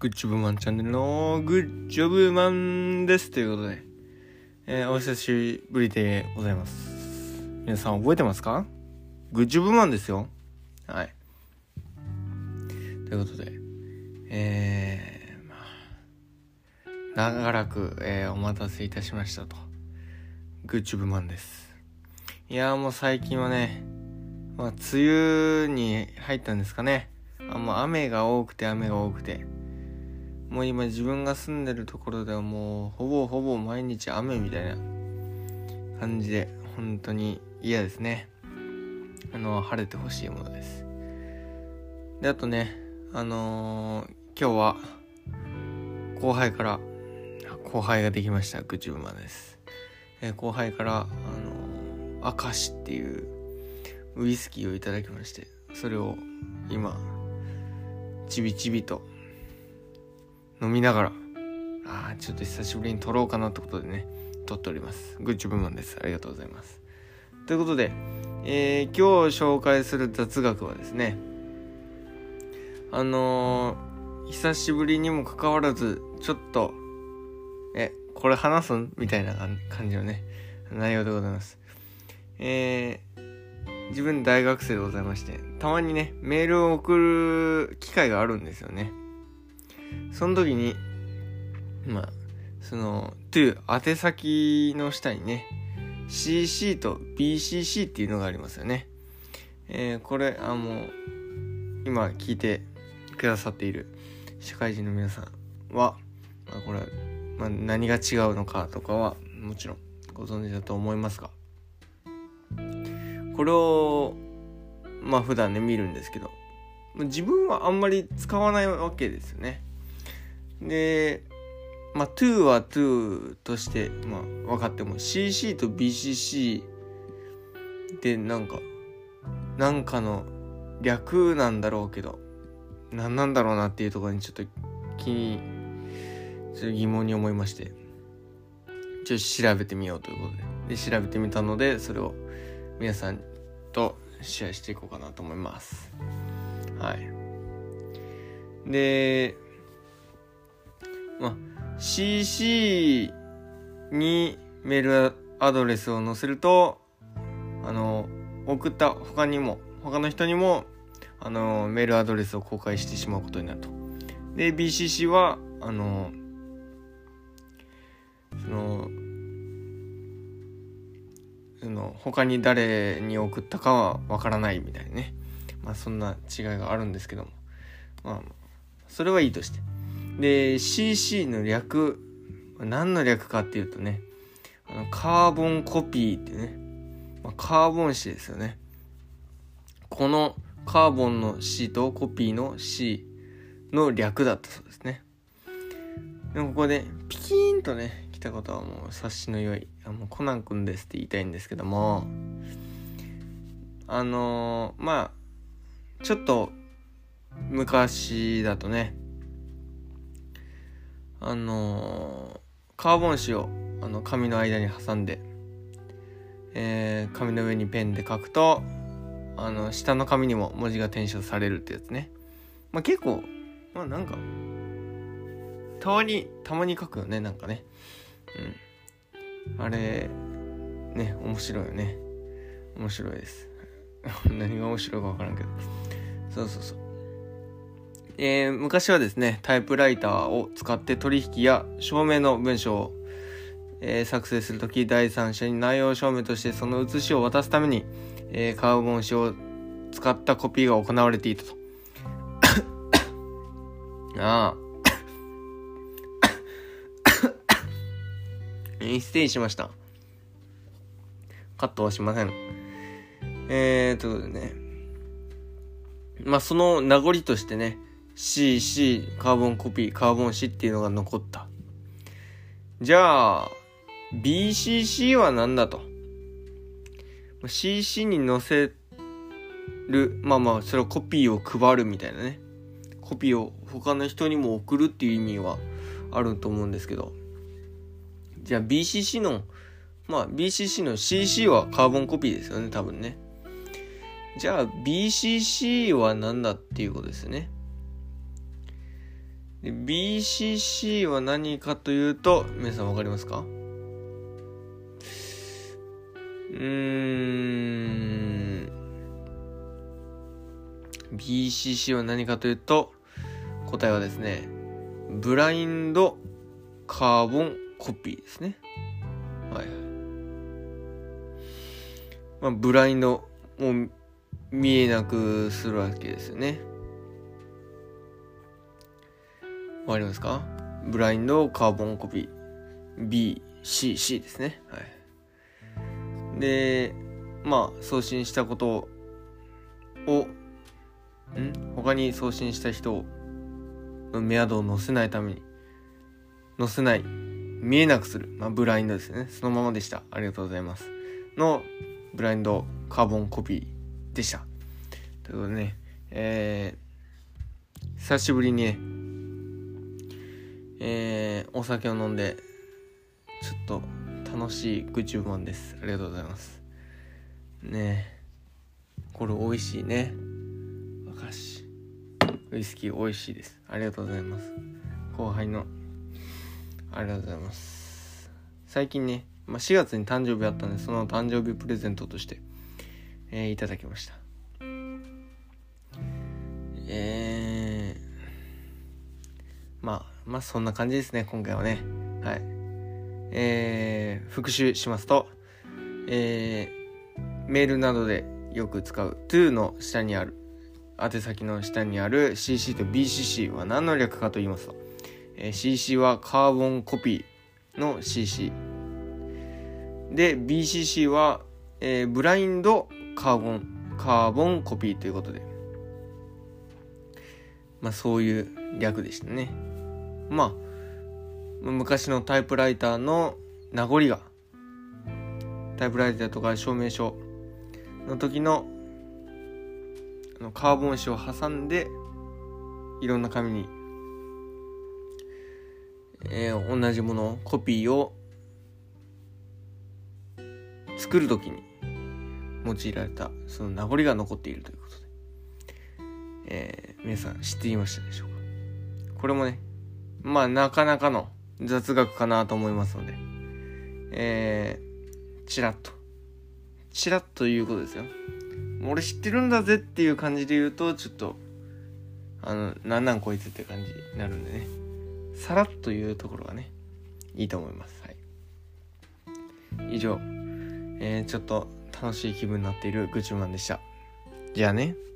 グッジョブマンチャンネルのグッジョブマンですということで、お久しぶりでございます。皆さん覚えてますか？グッジョブマンですよ。はい。ということで、長らく、お待たせいたしましたと。グッジョブマンです。いやーもう最近はね、梅雨に入ったんですかね。もう雨が多くて、もう今自分が住んでるところではもうほぼ毎日雨みたいな感じで本当に嫌ですね。晴れてほしいものです。で、あとね、今日は後輩ができました。グッジョブマンです。後輩から明石っていうウイスキーをいただきまして、それを今ちびちびと飲みながらちょっと久しぶりに撮ろうかなってことでね撮っております。グッジョブマンです。ありがとうございます。ということで、今日紹介する雑学はですね、久しぶりにもかかわらずちょっとこれ話すんみたいな感じのね内容でございます。自分大学生でございまして、たまにねメールを送る機会があるんですよね。その時にto 宛先の下にね CC と BCC っていうのがありますよね。これもう今聞いてくださっている社会人の皆さんは、これは、何が違うのかとかはもちろんご存知だと思いますが、これを普段ね見るんですけど、自分はあんまり使わないわけですよね。でto は to として分かっても CC と BCC でなんかの略なんだろうけど何なんだろうなっていうところにちょっと疑問に思いまして、ちょっと調べてみようということで調べてみたので、それを皆さんとシェアしていこうかなと思います。はい。で、CC にメールアドレスを載せると、送った他の人にもメールアドレスを公開してしまうことになると。で、BCC は他に誰に送ったかはわからないみたいなね。そんな違いがあるんですけども、それはいいとして。で、CC の略、何の略かっていうとね、カーボンコピーってね、カーボン紙ですよね。このカーボンの C とコピーの C の略だったそうですね。でもここでピキーンとね来たことはもう察しの良い、もうコナンくんですって言いたいんですけども、ちょっと昔だとね、カーボン紙を紙の間に挟んで、紙の上にペンで書くと下の紙にも文字が転写されるってやつね。結構なんかたまに書くよね、なんかね。あれね、面白いよね。面白いです何が面白いか分からんけど、そう昔はですね、タイプライターを使って取引や証明の文章を、作成するとき、第三者に内容証明としてその写しを渡すために、カーボン紙を使ったコピーが行われていたと失礼しました。カットはしません。ということでね、その名残としてね CC カーボンコピーカーボン紙っていうのが残った。じゃあ BCC は何だと。 CC に載せるそれをコピーを配るみたいなね、コピーを他の人にも送るっていう意味はあると思うんですけど、じゃあ BCC のBCC の CC はカーボンコピーですよね、多分ね。じゃあ BCC は何だっていうことですよね。 で BCC は何かというと、皆さんわかりますか？BCC は何かというと、答えはですね、ブラインドカーボンコピーですね。はい。ブラインドもう見えなくするわけですよね。わかりますか？ブラインドカーボンコピー BCC ですね。はい。で、送信したことを他に送信した人のメアドを載せないために見えなくする、ブラインドですね。そのままでした。ありがとうございますのブラインドカーボンコピーでした。ということでね、久しぶりにお酒を飲んでちょっと楽しいグチューマンです。ありがとうございますね。これ美味しいね。和菓子ウイスキー美味しいです。ありがとうございます。後輩のありがとうございます。最近ね、4月に誕生日あったんで、その誕生日プレゼントとして、いただきました。そんな感じですね、今回はね。はい。復習しますと、メールなどでよく使う to の下にある宛先の下にある CC と BCC は何の略かと言いますと、CC はカーボンコピーの CC で BCC は、ブラインドカーボンコピーということで、そういう略でしたね。昔のタイプライターの名残が、タイプライターとか証明書の時のカーボン紙を挟んでいろんな紙に、同じものコピーを作る時に用いられたその名残が残っているということで、皆さん知っていましたでしょうか？これもね、なかなかの雑学かなと思いますので、チラッということですよ。俺知ってるんだぜっていう感じで言うと、ちょっとなんこいつって感じになるんでね、さらっというところがねいいと思います。はい。以上、ちょっと楽しい気分になっているグチュマンでした。じゃあね。